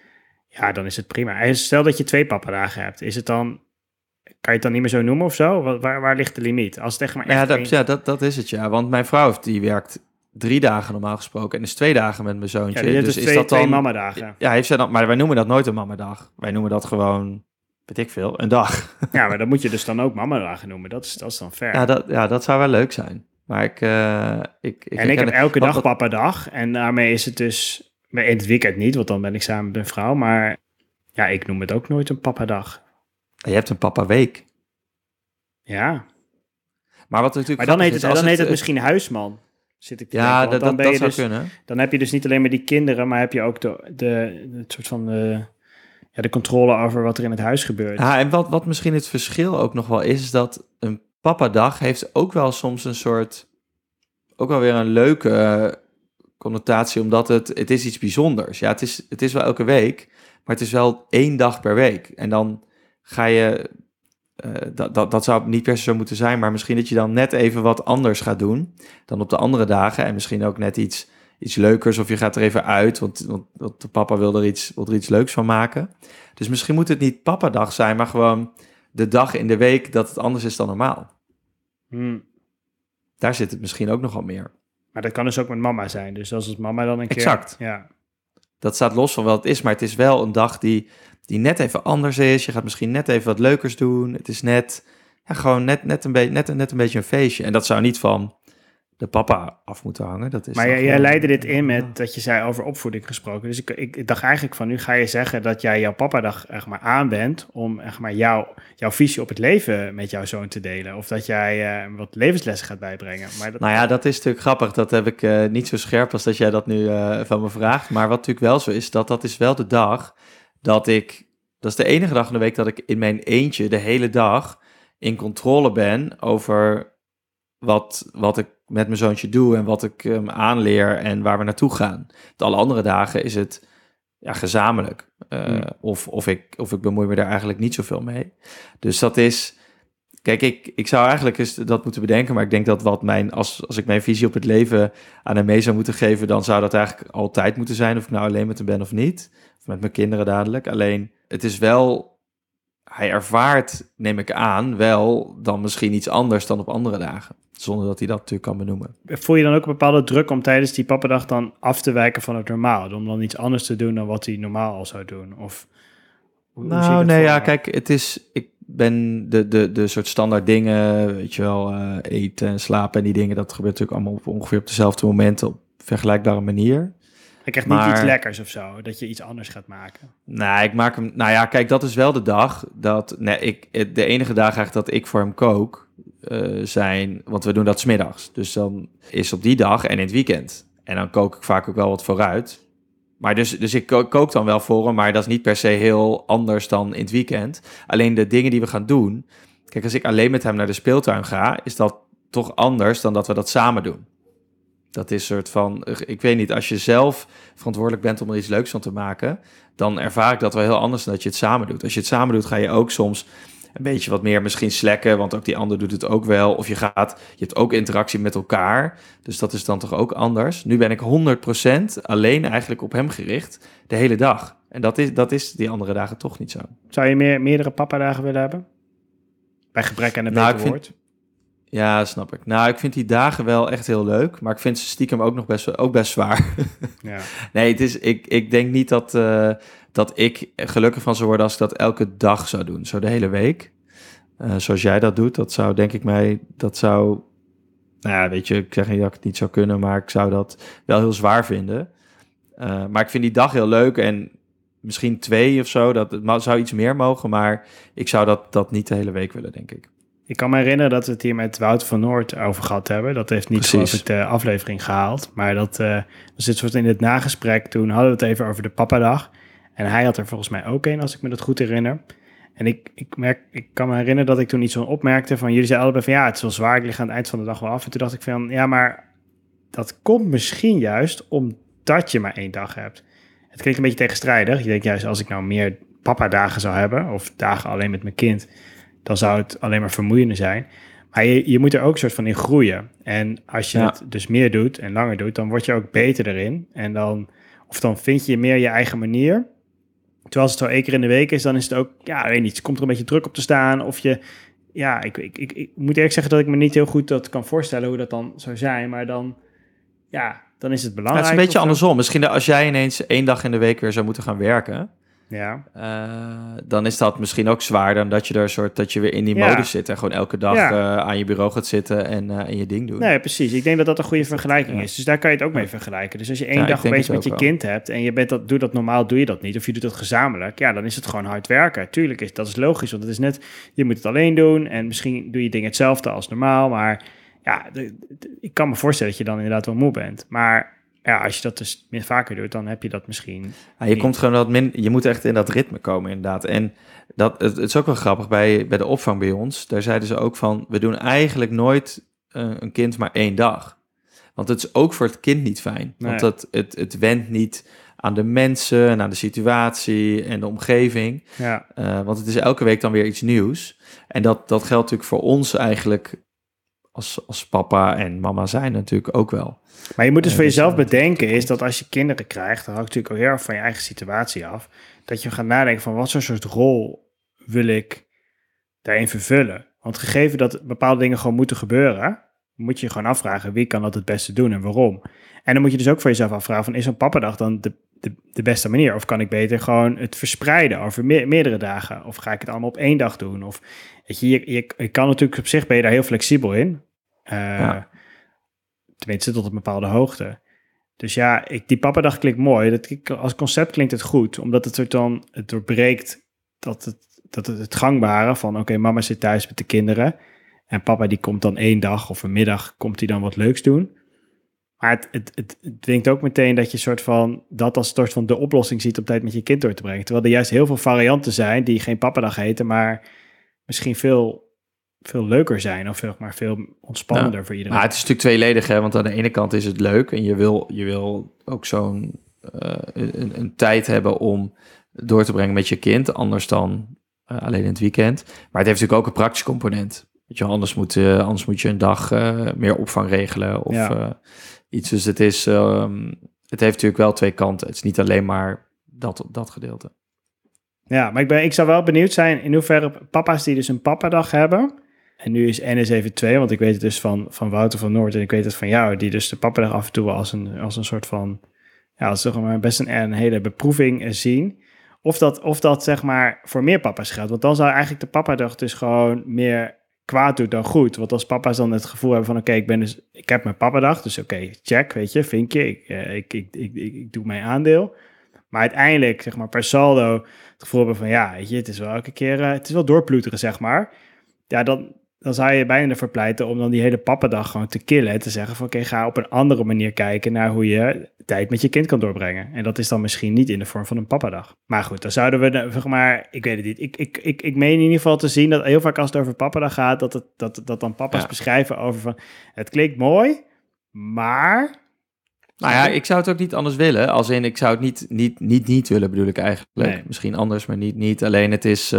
ja, dan is het prima. En stel dat je 2 papadagen hebt, is het dan, kan je het dan niet meer zo noemen of zo? Waar ligt de limiet? Als het echt maar echt dat is het, ja. Want mijn vrouw die werkt 3 dagen normaal gesproken en is 2 dagen met mijn zoontje. Ja, dus is dat dan 2 mamadagen? Ja, heeft zij dan, maar wij noemen dat nooit een mamadag. Wij noemen dat gewoon, weet ik veel, een dag. Ja, maar dan moet je dus dan ook mamadagen noemen. Dat is dan fair. Dat zou wel leuk zijn. Maar ik heb elke dag papadag. En daarmee is het dus, in het weekend niet, want dan ben ik samen met mijn vrouw. Maar ja, ik noem het ook nooit een papadag. Je hebt een papa-week. Ja. Maar wat natuurlijk dan heet het misschien huisman. Zit ik te denken, dat zou kunnen. Dan heb je dus niet alleen maar die kinderen, maar heb je ook het soort van de controle over wat er in het huis gebeurt. Ja, en wat misschien het verschil ook nog wel is dat een papadag heeft ook wel soms een soort, ook wel weer een leuke connotatie, omdat het is iets bijzonders. Ja, het is wel elke week, maar het is wel 1 dag per week. En dan ga je, dat zou niet per se zo moeten zijn, maar misschien dat je dan net even wat anders gaat doen dan op de andere dagen. En misschien ook net iets leukers, of je gaat er even uit, want de papa wil er iets leuks van maken. Dus misschien moet het niet papadag zijn, maar gewoon de dag in de week dat het anders is dan normaal. Daar zit het misschien ook nogal meer. Maar dat kan dus ook met mama zijn. Dus als het mama dan een keer... Exact. Ja. Dat staat los van wat het is, maar het is wel een dag die net even anders is. Je gaat misschien net even wat leukers doen. Het is net een beetje een feestje. En dat zou niet van de papa af moeten hangen. Dat is maar jij leidde dit in met dat je zei over opvoeding gesproken. Dus ik dacht eigenlijk van, nu ga je zeggen dat jij jouw papadag echt maar aanwendt om echt maar jouw visie op het leven met jouw zoon te delen. Of dat jij wat levenslessen gaat bijbrengen. Maar dat is natuurlijk grappig. Dat heb ik niet zo scherp als dat jij dat nu van me vraagt. Maar wat natuurlijk wel zo is, dat is wel de dag dat is de enige dag in de week dat ik in mijn eentje de hele dag in controle ben over wat ik met mijn zoontje doe en wat ik hem aanleer en waar we naartoe gaan. De alle andere dagen is het gezamenlijk. Of ik bemoei me daar eigenlijk niet zoveel mee. Dus dat is... Kijk, ik zou eigenlijk eens dat moeten bedenken, maar ik denk dat als ik mijn visie op het leven aan hem mee zou moeten geven, dan zou dat eigenlijk altijd moeten zijn, of ik nou alleen met hem ben of niet. Of met mijn kinderen dadelijk. Alleen, het is wel... Hij ervaart, neem ik aan, wel dan misschien iets anders dan op andere dagen. Zonder dat hij dat natuurlijk kan benoemen. Voel je dan ook een bepaalde druk om tijdens die papadag dan af te wijken van het normaal? Om dan iets anders te doen dan wat hij normaal al zou doen? Of kijk, het is... Ik ben de soort standaard dingen, weet je wel, eten en slapen en die dingen, dat gebeurt natuurlijk allemaal ongeveer op dezelfde momenten op vergelijkbare manier. Ik krijg niet iets lekkers of zo, dat je iets anders gaat maken. Nou, ik maak hem... Nou ja, kijk, dat is wel de dag de enige dag eigenlijk dat ik voor hem kook zijn... Want we doen dat 's middags. Dus dan is op die dag en in het weekend. En dan kook ik vaak ook wel wat vooruit. Maar dus ik kook dan wel voor hem, maar dat is niet per se heel anders dan in het weekend. Alleen de dingen die we gaan doen... Kijk, als ik alleen met hem naar de speeltuin ga, is dat toch anders dan dat we dat samen doen. Dat is een soort van, ik weet niet, als je zelf verantwoordelijk bent om er iets leuks van te maken, dan ervaar ik dat wel heel anders dan dat je het samen doet. Als je het samen doet, ga je ook soms een beetje wat meer misschien slacken, want ook die ander doet het ook wel. Of je hebt ook interactie met elkaar, dus dat is dan toch ook anders. Nu ben ik 100% alleen eigenlijk op hem gericht, de hele dag. En dat is die andere dagen toch niet zo. Zou je meerdere papadagen willen hebben? Bij gebrek aan een beter woord? Ja, snap ik. Nou, ik vind die dagen wel echt heel leuk, maar ik vind ze stiekem ook nog best zwaar. Ja. Nee, ik denk niet dat ik gelukkig van zou worden als ik dat elke dag zou doen, zo de hele week. Zoals jij dat doet, dat zou denk ik nou ja, weet je, ik zeg niet dat ik het niet zou kunnen, maar ik zou dat wel heel zwaar vinden. Maar ik vind die dag heel leuk en misschien 2 of zo, het zou iets meer mogen, maar ik zou dat niet de hele week willen, denk ik. Ik kan me herinneren dat we het hier met Wouter van Noord over gehad hebben. Dat heeft niet geloof ik de aflevering gehaald. Maar dat zit soort in het nagesprek. Toen hadden we het even over de papadag. En hij had er volgens mij ook een, als ik me dat goed herinner. En ik kan me herinneren dat ik toen iets van opmerkte van... Jullie zeiden allebei van ja, het is wel zwaar. Ik lig aan het eind van de dag wel af. En toen dacht ik van ja, maar dat komt misschien juist omdat je maar 1 dag hebt. Het klinkt een beetje tegenstrijdig. Je denkt juist als ik nou meer papadagen zou hebben... of dagen alleen met mijn kind... dan zou het alleen maar vermoeiender zijn. Maar je moet er ook soort van in groeien. En als je het dus meer doet en langer doet, dan word je ook beter erin. En dan vind je meer je eigen manier. Terwijl als het zo 1 keer in de week is, dan is het ook, ja, weet niet, komt er een beetje druk op te staan. Of je, ja, ik moet eerlijk zeggen dat ik me niet heel goed dat kan voorstellen hoe dat dan zou zijn. Maar dan, ja, dan is het Ja, belangrijk. het is een beetje of zo. andersom. Misschien als jij ineens 1 dag in de week weer zou moeten gaan werken, Ja, dan is dat misschien ook zwaar dan dat je er dat je weer in die Ja. modus zit en gewoon elke dag Ja. aan je bureau gaat zitten en je ding doen. nee, precies. Ik denk dat dat een goede vergelijking ja. is. Dus daar kan je het ook mee vergelijken. Dus als je 1 Ja, ik dag denk opeens het met je ook wel. kind hebt en je bent doe dat normaal, doe je dat niet. Of je doet dat gezamenlijk. Ja, dan is het gewoon hard werken. Tuurlijk, dat is logisch. Want het is net, je moet het alleen doen. En misschien doe je dingen hetzelfde als normaal. Maar ja, ik kan me voorstellen dat je dan inderdaad wel moe bent. Maar ja, als je dat dus meer vaker doet, dan heb je dat misschien. Ja, je komt gewoon je moet echt in dat ritme komen inderdaad. En het is ook wel grappig bij de opvang bij ons. Daar zeiden ze ook van, we doen eigenlijk nooit een kind maar 1 dag. Want het is ook voor het kind niet fijn. Nee. Want het went niet aan de mensen en aan de situatie en de omgeving. Ja, Want het is elke week dan weer iets nieuws. En dat geldt natuurlijk voor ons eigenlijk als papa en mama zijn natuurlijk ook wel. maar je moet dus voor dus, jezelf bedenken is dat als je kinderen krijgt, dan hangt natuurlijk ook heel erg van je eigen situatie af, dat je gaat nadenken van wat voor soort rol wil ik daarin vervullen. Want gegeven dat bepaalde dingen gewoon moeten gebeuren, moet je je gewoon afvragen wie kan dat het beste doen en waarom. En dan moet je dus ook voor jezelf afvragen van is zo'n pappadag dan de beste manier? Of kan ik beter gewoon het verspreiden over meerdere dagen? Of ga ik het allemaal op 1 dag doen? Of weet je kan natuurlijk op zich ben je daar heel flexibel in. Ja. Tenminste, tot een bepaalde hoogte. Dus ja, die pappadag klinkt mooi. Als concept klinkt het goed, omdat het soort dan het doorbreekt het gangbare van oké, mama zit thuis met de kinderen en papa die komt dan 1 dag of een middag komt hij dan wat leuks doen. Maar het dwingt ook meteen dat je soort van dat als soort van de oplossing ziet om tijd met je kind door te brengen. Terwijl er juist heel veel varianten zijn die geen pappadag heten, maar misschien veel leuker zijn of zeg maar veel ontspannender voor iedereen. Maar het is natuurlijk tweeledig, hè? Want aan de ene kant is het leuk en je wil ook zo'n een tijd hebben om door te brengen met je kind, anders dan alleen in het weekend. Maar het heeft natuurlijk ook een praktische component. Weet je, anders moet je een dag meer opvang regelen of iets. Dus het heeft natuurlijk wel 2 kanten. Het is niet alleen maar dat gedeelte. Ja, maar ik zou wel benieuwd zijn in hoeverre papa's die dus een pappadag hebben. En nu is NS even 2, want ik weet het dus van Wouter van Noord en ik weet het van jou, die dus de pappadag af en toe als een soort van, ja, als zeg maar best een hele beproeving zien. Of dat zeg maar voor meer papa's geldt. Want dan zou eigenlijk de pappadag dus gewoon meer kwaad doen dan goed. Want als papa's dan het gevoel hebben van oké, ik heb mijn pappadag, dus oké, check, weet je, vinkje, ik doe mijn aandeel. Maar uiteindelijk, zeg maar, per saldo het gevoel hebben van ja, weet je, het is wel elke keer, het is wel doorploeteren, zeg maar. Ja, dan zou je bijna ervoor pleiten om dan die hele pappadag gewoon te killen. En te zeggen van oké, ga op een andere manier kijken naar hoe je tijd met je kind kan doorbrengen. En dat is dan misschien niet in de vorm van een pappadag. Maar goed, dan zouden we, zeg maar, ik weet het niet. Ik meen in ieder geval te zien dat heel vaak als het over pappadag gaat, dat dan papa's beschrijven over van het klinkt mooi, maar... Nou ja, ik zou het ook niet anders willen. Als in, ik zou het niet willen, bedoel ik eigenlijk. Nee. Misschien anders, maar niet. Alleen het is...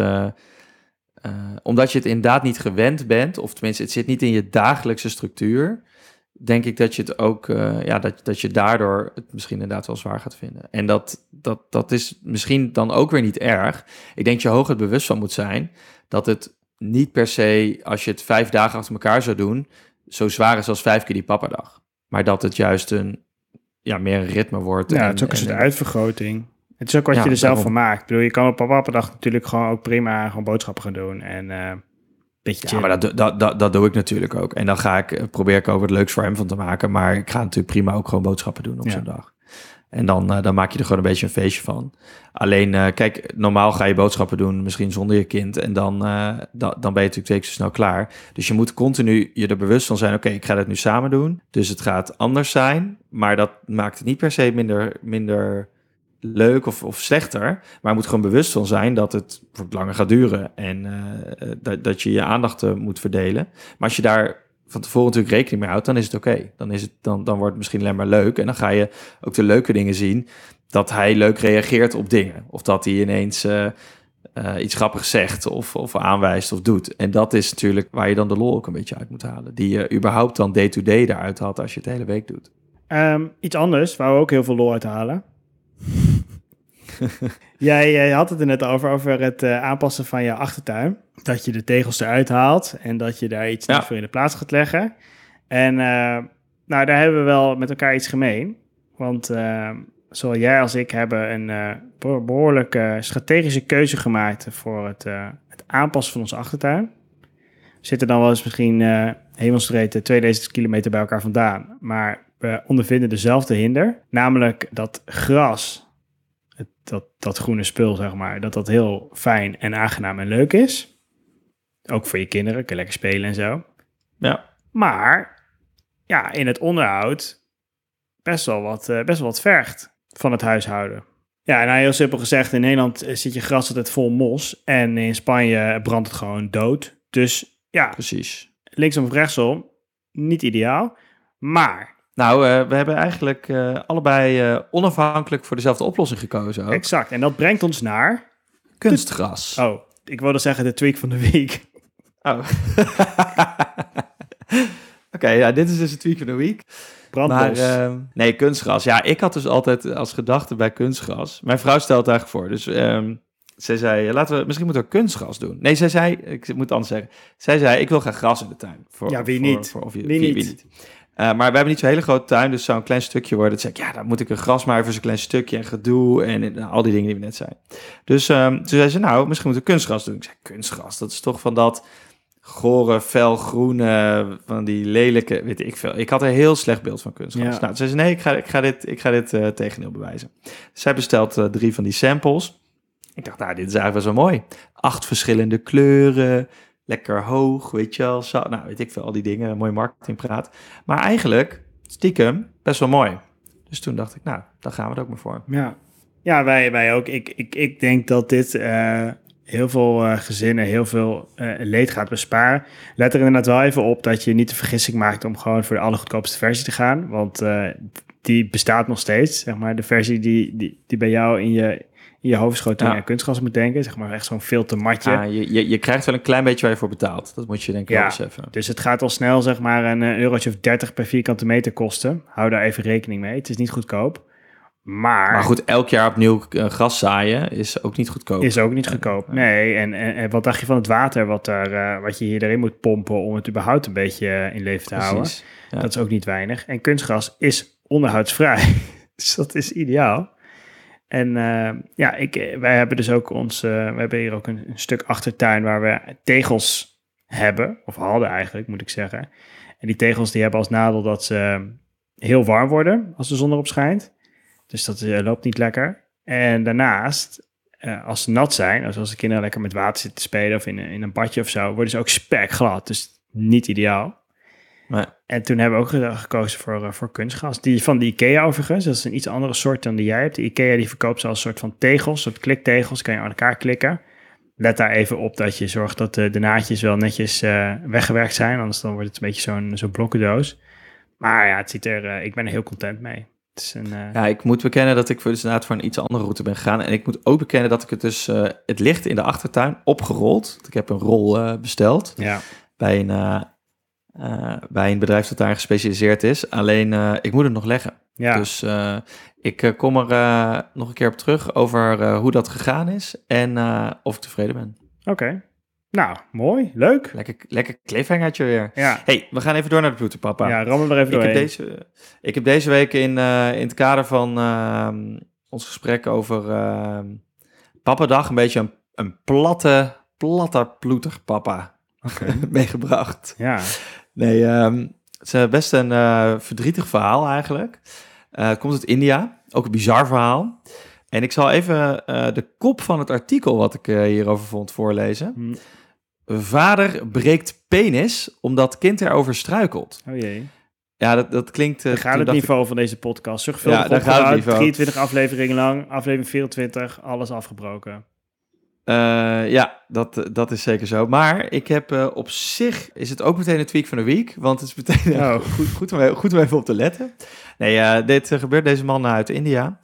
omdat je het inderdaad niet gewend bent, of tenminste, het zit niet in je dagelijkse structuur, denk ik dat je het ook, dat je daardoor het misschien inderdaad wel zwaar gaat vinden. En dat is misschien dan ook weer niet erg. Ik denk dat je hooguit bewust van moet zijn dat het niet per se, als je het 5 dagen achter elkaar zou doen, zo zwaar is als 5 keer die pappadag. Maar dat het juist meer een ritme wordt. Ja, het is ook een soort uitvergroting. Het is ook wat je er zelf van maakt. Ik bedoel, je kan op pappadag natuurlijk gewoon ook prima gewoon boodschappen gaan doen en beetje chillen. Ja, maar dat doe ik natuurlijk ook. En dan probeer ik ook het leuks voor hem van te maken. Maar ik ga natuurlijk prima ook gewoon boodschappen doen op zo'n dag. En dan maak je er gewoon een beetje een feestje van. Alleen, kijk, normaal ga je boodschappen doen, misschien zonder je kind. En dan ben je natuurlijk 2 keer zo snel klaar. Dus je moet continu je er bewust van zijn, oké, ik ga dat nu samen doen. Dus het gaat anders zijn. Maar dat maakt het niet per se minder leuk of slechter. Maar je moet gewoon bewust van zijn dat het langer gaat duren. En dat je je aandacht moet verdelen. Maar als je daar van tevoren natuurlijk rekening mee houdt, dan is het oké. Dan wordt het misschien alleen maar leuk. En dan ga je ook de leuke dingen zien. Dat hij leuk reageert op dingen. Of dat hij ineens iets grappigs zegt of aanwijst of doet. En dat is natuurlijk waar je dan de lol ook een beetje uit moet halen. Die je überhaupt dan day-to-day daaruit had als je het de hele week doet. Iets anders waar we ook heel veel lol uit halen. Jij had het er net over het aanpassen van je achtertuin. Dat je de tegels eruit haalt en dat je daar iets nieuws voor in de plaats gaat leggen. En nou, daar hebben we wel met elkaar iets gemeen. Want zowel jij als ik hebben een behoorlijk strategische keuze gemaakt voor het aanpassen van onze achtertuin. We zitten dan wel eens misschien hemelsbreed 2000 kilometer bij elkaar vandaan. Maar we ondervinden dezelfde hinder. Namelijk dat gras, dat groene spul, zeg maar, dat heel fijn en aangenaam en leuk is. Ook voor je kinderen, kun je lekker spelen en zo. Ja. Maar ja, in het onderhoud best wel wat vergt van het huishouden. Ja, nou heel simpel gezegd, in Nederland zit je gras altijd vol mos en in Spanje brandt het gewoon dood. Dus ja, Precies. linksom of rechtsom, niet ideaal. Maar... Nou, we hebben eigenlijk allebei onafhankelijk voor dezelfde oplossing gekozen ook. Exact, en dat brengt ons naar... Kunstgras. Oh, ik wilde zeggen de tweak van de week. Oh. Oké, ja, dit is dus de tweak van de week. Brandlos. Maar, nee, kunstgras. Ja, ik had dus altijd als gedachte bij kunstgras. Mijn vrouw stelt het eigenlijk voor. Dus zij zei, misschien moeten we kunstgras doen. Nee, zij zei, ik moet het anders zeggen. Zij zei, ik wil graag gras in de tuin. Wie niet? Wie niet? Maar we hebben niet zo'n hele grote tuin, dus zou een klein stukje worden. Toen zei ik, ja, dan moet ik een grasmaaier voor zo'n klein stukje en gedoe en al die dingen die we net zeiden. Dus toen zei ze, nou, misschien moeten we kunstgras doen. Ik zei, kunstgras, dat is toch van dat gore, felgroene, van die lelijke, weet ik veel. Ik had een heel slecht beeld van kunstgras. Ja. Nou, toen zei ze, nee, ik ga dit tegendeel bewijzen. Zij bestelt 3 van die samples. Ik dacht, nou, dit is eigenlijk wel zo mooi. 8 verschillende kleuren, lekker hoog, weet je wel. Zo, nou, weet ik veel, al die dingen, mooi marketingpraat. Maar eigenlijk, stiekem, best wel mooi. Dus toen dacht ik, nou, daar gaan we het ook maar voor. Ja, wij ook. Ik denk dat dit heel veel gezinnen heel veel leed gaat besparen. Let er inderdaad wel even op dat je niet de vergissing maakt om gewoon voor de allergoedkoopste versie te gaan. Want die bestaat nog steeds, zeg maar. De versie die bij jou in je hoofd schoot toen je aan kunstgras moet denken. Zeg maar echt zo'n filtermatje. Ja, je krijgt wel een klein beetje waar je voor betaalt. Dat moet je denk ik wel beseffen. Dus het gaat al snel zeg maar een eurotje of 30 per vierkante meter kosten. Hou daar even rekening mee. Het is niet goedkoop. Maar goed, elk jaar opnieuw gras zaaien is ook niet goedkoop. Is ook niet goedkoop, nee. En wat dacht je van het water wat je hier erin moet pompen om het überhaupt een beetje in leven te houden? Ja. Dat is ook niet weinig. En kunstgras is onderhoudsvrij. Dus dat is ideaal. En wij hebben dus ook we hebben hier ook een stuk achtertuin waar we tegels hebben, of hadden eigenlijk, moet ik zeggen. En die tegels die hebben als nadeel dat ze heel warm worden als de zon erop schijnt. Dus dat loopt niet lekker. En daarnaast, als ze nat zijn, als de kinderen lekker met water zitten te spelen of in een badje of zo, worden ze ook spekglad. Dus niet ideaal. Nee. En toen hebben we ook gekozen voor kunstgras. Die van de IKEA overigens, dat is een iets andere soort dan die jij hebt. De IKEA die verkoopt ze als een soort van tegels, soort kliktegels, kan je aan elkaar klikken. Let daar even op dat je zorgt dat de naadjes wel netjes weggewerkt zijn, anders dan wordt het een beetje zo'n blokkendoos. Maar ja, het ziet ik ben er heel content mee. Ja, ik moet bekennen dat ik dus inderdaad voor een iets andere route ben gegaan. En ik moet ook bekennen dat ik het dus... het ligt in de achtertuin opgerold. Ik heb een rol besteld bij een bedrijf dat daar gespecialiseerd is. Alleen, ik moet het nog leggen. Ja. Dus ik kom er nog een keer op terug over hoe dat gegaan is en of ik tevreden ben. Oké. Nou, mooi. Leuk. Lekker cliffhangertje weer. Ja. Hey, we gaan even door naar de ploeterpapa. Ja, rammel er even doorheen. Ik heb deze week in het kader van ons gesprek over Papadag een beetje een platte ploeterpapa meegebracht. Ja. Nee, het is best een verdrietig verhaal eigenlijk. Het komt uit India, ook een bizar verhaal. En ik zal even de kop van het artikel wat ik hierover vond voorlezen. Vader breekt penis omdat kind erover struikelt. Oh jee. Ja, dat klinkt... Daar gaat het niveau van deze podcast. Zorgvuldig opgebouwd, 23 afleveringen lang, aflevering 24, alles afgebroken. Ja, dat is zeker zo. Maar ik heb op zich, is het ook meteen een tweak van de week, want het is meteen goed om even op te letten. Nee, dit gebeurt deze man uit India.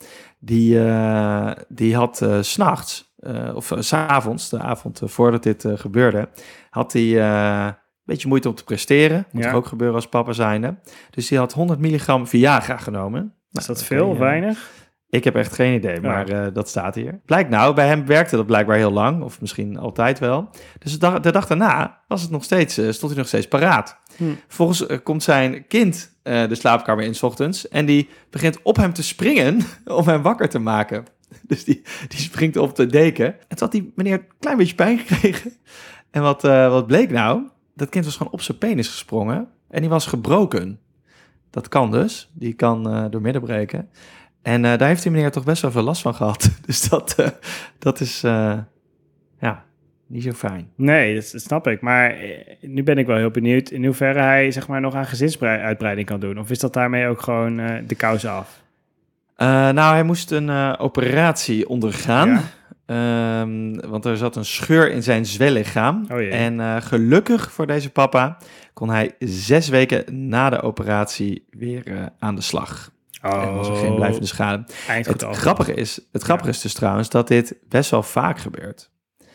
Die had 's nachts, of 's avonds, de avond voordat dit gebeurde, had hij een beetje moeite om te presteren. Moet er ook gebeuren als papa zijnde. Dus die had 100 milligram Viagra genomen. Is dat veel of weinig? Ik heb echt geen idee, maar dat staat hier. Blijkt nou, bij hem werkte dat blijkbaar heel lang, of misschien altijd wel. Dus de dag daarna stond hij nog steeds paraat. Vervolgens komt zijn kind de slaapkamer in 's ochtends en die begint op hem te springen om hem wakker te maken. Dus die springt op de deken. En toen had die meneer een klein beetje pijn gekregen. En wat bleek nou? Dat kind was gewoon op zijn penis gesprongen en die was gebroken. Dat kan dus. Die kan doormidden breken. En daar heeft die meneer toch best wel veel last van gehad. Dus dat is niet zo fijn. Nee, dat snap ik. Maar nu ben ik wel heel benieuwd in hoeverre hij zeg maar nog aan gezinsuitbreiding kan doen. Of is dat daarmee ook gewoon de kous af? Nou, hij moest een operatie ondergaan. Ja. Want er zat een scheur in zijn zwellichaam. Oh jee. En gelukkig voor deze papa kon hij 6 weken na de operatie weer aan de slag. En was er geen blijvende schade. Het grappige is dus trouwens dat dit best wel vaak gebeurt.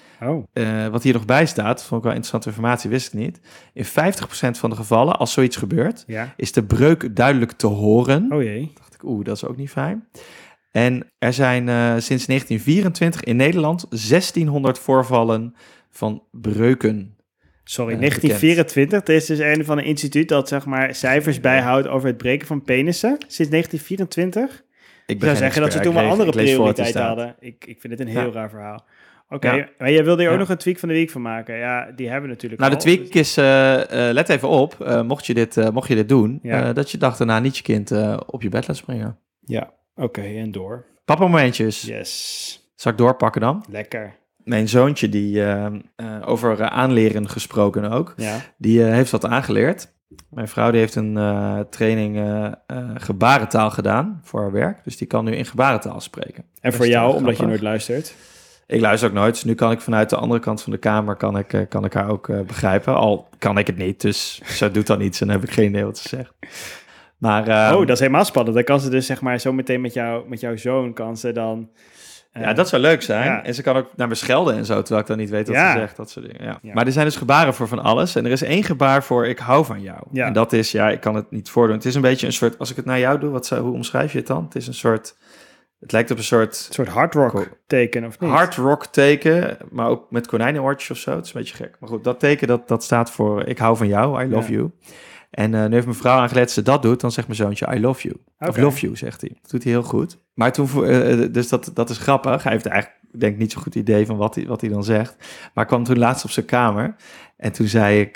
Wat hier nog bij staat, vond ik wel interessante informatie, wist ik niet. In 50% van de gevallen, als zoiets gebeurt, is de breuk duidelijk te horen. Oh jee. Dacht ik, dat is ook niet fijn. En er zijn sinds 1924 in Nederland 1600 voorvallen van breuken. Sorry, 1924. Er is dus een van een instituut dat zeg maar cijfers bijhoudt over het breken van penissen. Sinds 1924? Ik zou zeggen dat ze toen wel andere prioriteiten hadden. Ik vind het een heel raar verhaal. Oké, maar jij wilde hier ook nog een tweak van de week van maken. Ja, die hebben we natuurlijk al. De tweak is, let even op, mocht je dit doen, dat je dag daarna niet je kind op je bed laat springen. Ja, oké, en door. Papa momentjes. Yes. Zal ik doorpakken dan? Lekker. Mijn zoontje, die over aanleren gesproken ook, die heeft wat aangeleerd. Mijn vrouw die heeft een training gebarentaal gedaan voor haar werk. Dus die kan nu in gebarentaal spreken. En voor jou, omdat je nooit luistert? Ik luister ook nooit, dus nu kan ik vanuit de andere kant van de kamer kan ik haar ook begrijpen. Al kan ik het niet, dus ze doet dan iets en dan heb ik geen idee wat ze zegt. Maar, dat is helemaal spannend. Dan kan ze dus zeg maar zo meteen met jouw zoon kan ze dan... ja, dat zou leuk zijn. Ja. En ze kan ook naar me schelden en zo, terwijl ik dan niet weet wat ze zegt. Dat soort dingen. Ja. Maar er zijn dus gebaren voor van alles. En er is 1 gebaar voor ik hou van jou. Ja. En dat is, ik kan het niet voordoen. Het is een beetje een soort, als ik het naar jou doe, hoe omschrijf je het dan? Het is een soort... Het lijkt op een soort hard rock teken, of niet? Hard rock teken, maar ook met konijnenoortjes of zo. Het is een beetje gek. Maar goed, dat teken, dat staat voor ik hou van jou, I love you. En nu heeft mijn vrouw aangeleerd, als ze dat doet, dan zegt mijn zoontje I love you. Okay. Of love you, zegt hij. Dat doet hij heel goed. Maar toen, dus dat is grappig. Hij heeft eigenlijk, denk ik, niet zo'n goed idee van wat hij dan zegt. Maar ik kwam toen laatst op zijn kamer. En toen zei ik,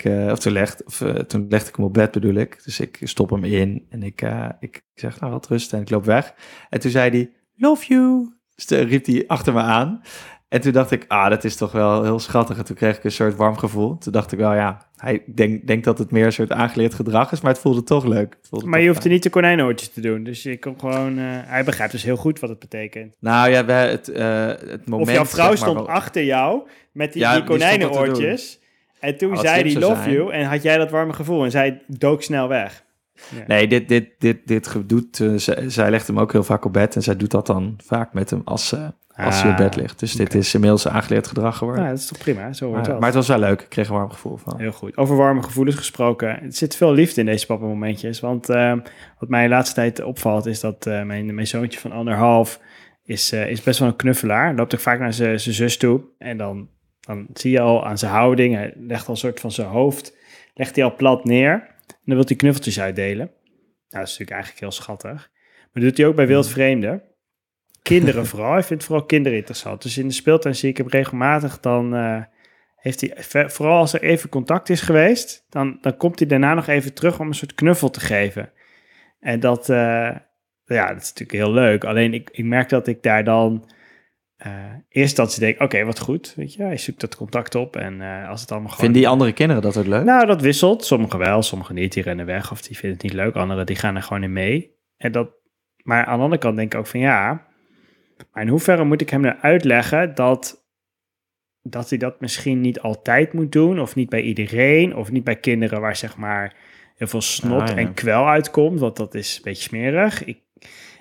toen legde ik hem op bed, bedoel ik. Dus ik stop hem in en ik zeg, nou, wat rust. En ik loop weg. En toen zei hij, love you. Dus riep hij achter me aan. En toen dacht ik, dat is toch wel heel schattig. En toen kreeg ik een soort warm gevoel. Toen dacht ik wel, hij denkt dat het meer een soort aangeleerd gedrag is, maar het voelde toch leuk. Maar je hoeft er niet de konijnenoortjes te doen. Dus je kon gewoon, hij begrijpt dus heel goed wat het betekent. Nou ja, het moment... Of jouw vrouw stond achter jou met die konijnenoortjes. En toen zei hij love you en had jij dat warme gevoel. En zij dook snel weg. Ja. Nee, dit doet... zij legt hem ook heel vaak op bed. En zij doet dat dan vaak met hem als hij op bed ligt. Dus dit is inmiddels aangeleerd gedrag geworden. Ja, dat is toch prima, zo hoort maar het was wel leuk. Ik kreeg een warm gevoel van. Heel goed. Over warme gevoelens gesproken. Er zit veel liefde in deze papa-momentjes. Want wat mij de laatste tijd opvalt... is dat mijn zoontje van 1,5 is best wel een knuffelaar. Loopt ook vaak naar zijn zus toe. En dan zie je al aan zijn houding... hij legt al een soort van zijn hoofd... legt hij al plat neer... en dan wil hij knuffeltjes uitdelen. Nou, dat is natuurlijk eigenlijk heel schattig. Maar dat doet hij ook bij wildvreemden. Kinderen vooral. Hij vindt vooral kinderen interessant. Dus in de speeltuin zie ik hem regelmatig. Dan heeft hij, vooral als er even contact is geweest... dan komt hij daarna nog even terug om een soort knuffel te geven. En dat is natuurlijk heel leuk. Alleen ik merk dat ik daar dan... eerst dat ze denken, oké, wat goed. Weet je, hij zoekt dat contact op. En als het allemaal gewoon... Vinden die andere kinderen dat ook leuk? Nou, dat wisselt. Sommigen wel, sommigen niet. Die rennen weg of die vinden het niet leuk. Anderen die gaan er gewoon in mee. Maar aan de andere kant denk ik ook van maar in hoeverre moet ik hem nou uitleggen dat hij dat misschien niet altijd moet doen, of niet bij iedereen, of niet bij kinderen waar zeg maar heel veel snot en kwel uitkomt, want dat is een beetje smerig.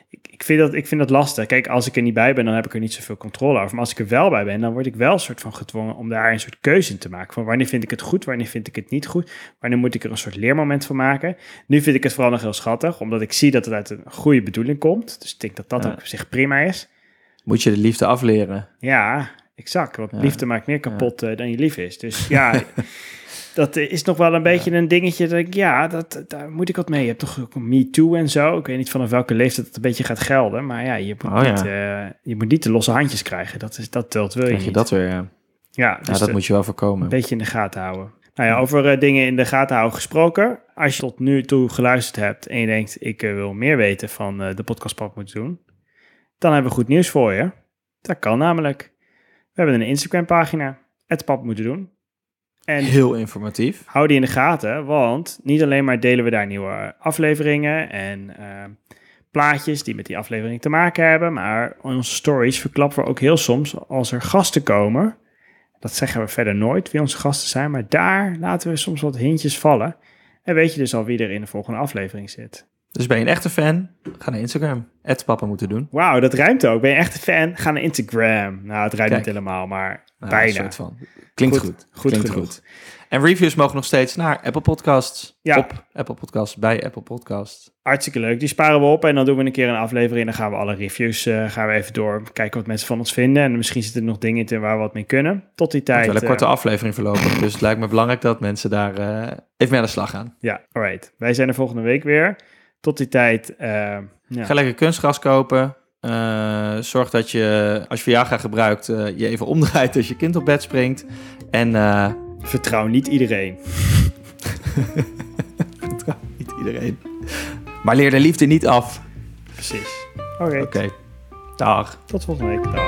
ik vind dat lastig. Kijk, als ik er niet bij ben, dan heb ik er niet zoveel controle over. Maar als ik er wel bij ben, dan word ik wel een soort van gedwongen om daar een soort keuze in te maken. Van wanneer vind ik het goed, wanneer vind ik het niet goed? Wanneer moet ik er een soort leermoment van maken? Nu vind ik het vooral nog heel schattig, omdat ik zie dat het uit een goede bedoeling komt. Dus ik denk dat dat ook op zich prima is. Moet je de liefde afleren? Ja, exact. Want liefde maakt meer kapot dan je lief is. Dus ja... Dat is nog wel een beetje een dingetje dat ik, daar moet ik wat mee. Je hebt toch ook Me Too en zo. Ik weet niet vanaf welke leeftijd het een beetje gaat gelden. Maar ja, je moet niet de losse handjes krijgen. Dat wil je Krijg je niet. Dat weer, ja. Ja, dus dat moet je wel voorkomen. Een beetje in de gaten houden. Nou ja, over dingen in de gaten houden gesproken. Als je tot nu toe geluisterd hebt en je denkt, ik wil meer weten van de podcast Pap Moet Doen. Dan hebben we goed nieuws voor je. Dat kan namelijk. We hebben een Instagram pagina, @Pap Moet Doen. En heel informatief. Hou die in de gaten, want niet alleen maar delen we daar nieuwe afleveringen en plaatjes die met die aflevering te maken hebben, maar onze stories verklappen we ook heel soms als er gasten komen. Dat zeggen we verder nooit wie onze gasten zijn, maar daar laten we soms wat hintjes vallen. En weet je dus al wie er in de volgende aflevering zit. Dus ben je een echte fan? Ga naar Instagram. @Papa Moeten Doen. Wauw, dat rijmt ook. Ben je echt een fan? Ga naar Instagram. Nou, het rijmt niet helemaal, maar bijna. Een soort van. Klinkt goed. Klinkt goed. En reviews mogen nog steeds naar Apple Podcasts. Ja. Op Apple Podcasts, bij Apple Podcasts. Hartstikke leuk. Die sparen we op en dan doen we een keer een aflevering. Dan gaan we alle reviews gaan we even door. Kijken wat mensen van ons vinden. En misschien zitten er nog dingen in waar we wat mee kunnen. Tot die tijd. Het is wel een korte aflevering voorlopig. Dus het lijkt me belangrijk dat mensen daar even mee aan de slag gaan. Ja, alright. Wij zijn er volgende week weer. Tot die tijd. Ga lekker kunstgras kopen. Zorg dat je, als je Viagra gebruikt, je even omdraait als je kind op bed springt. En vertrouw niet iedereen. Vertrouw niet iedereen. Maar leer de liefde niet af. Precies. Oké. Dag. Tot volgende week. Dag.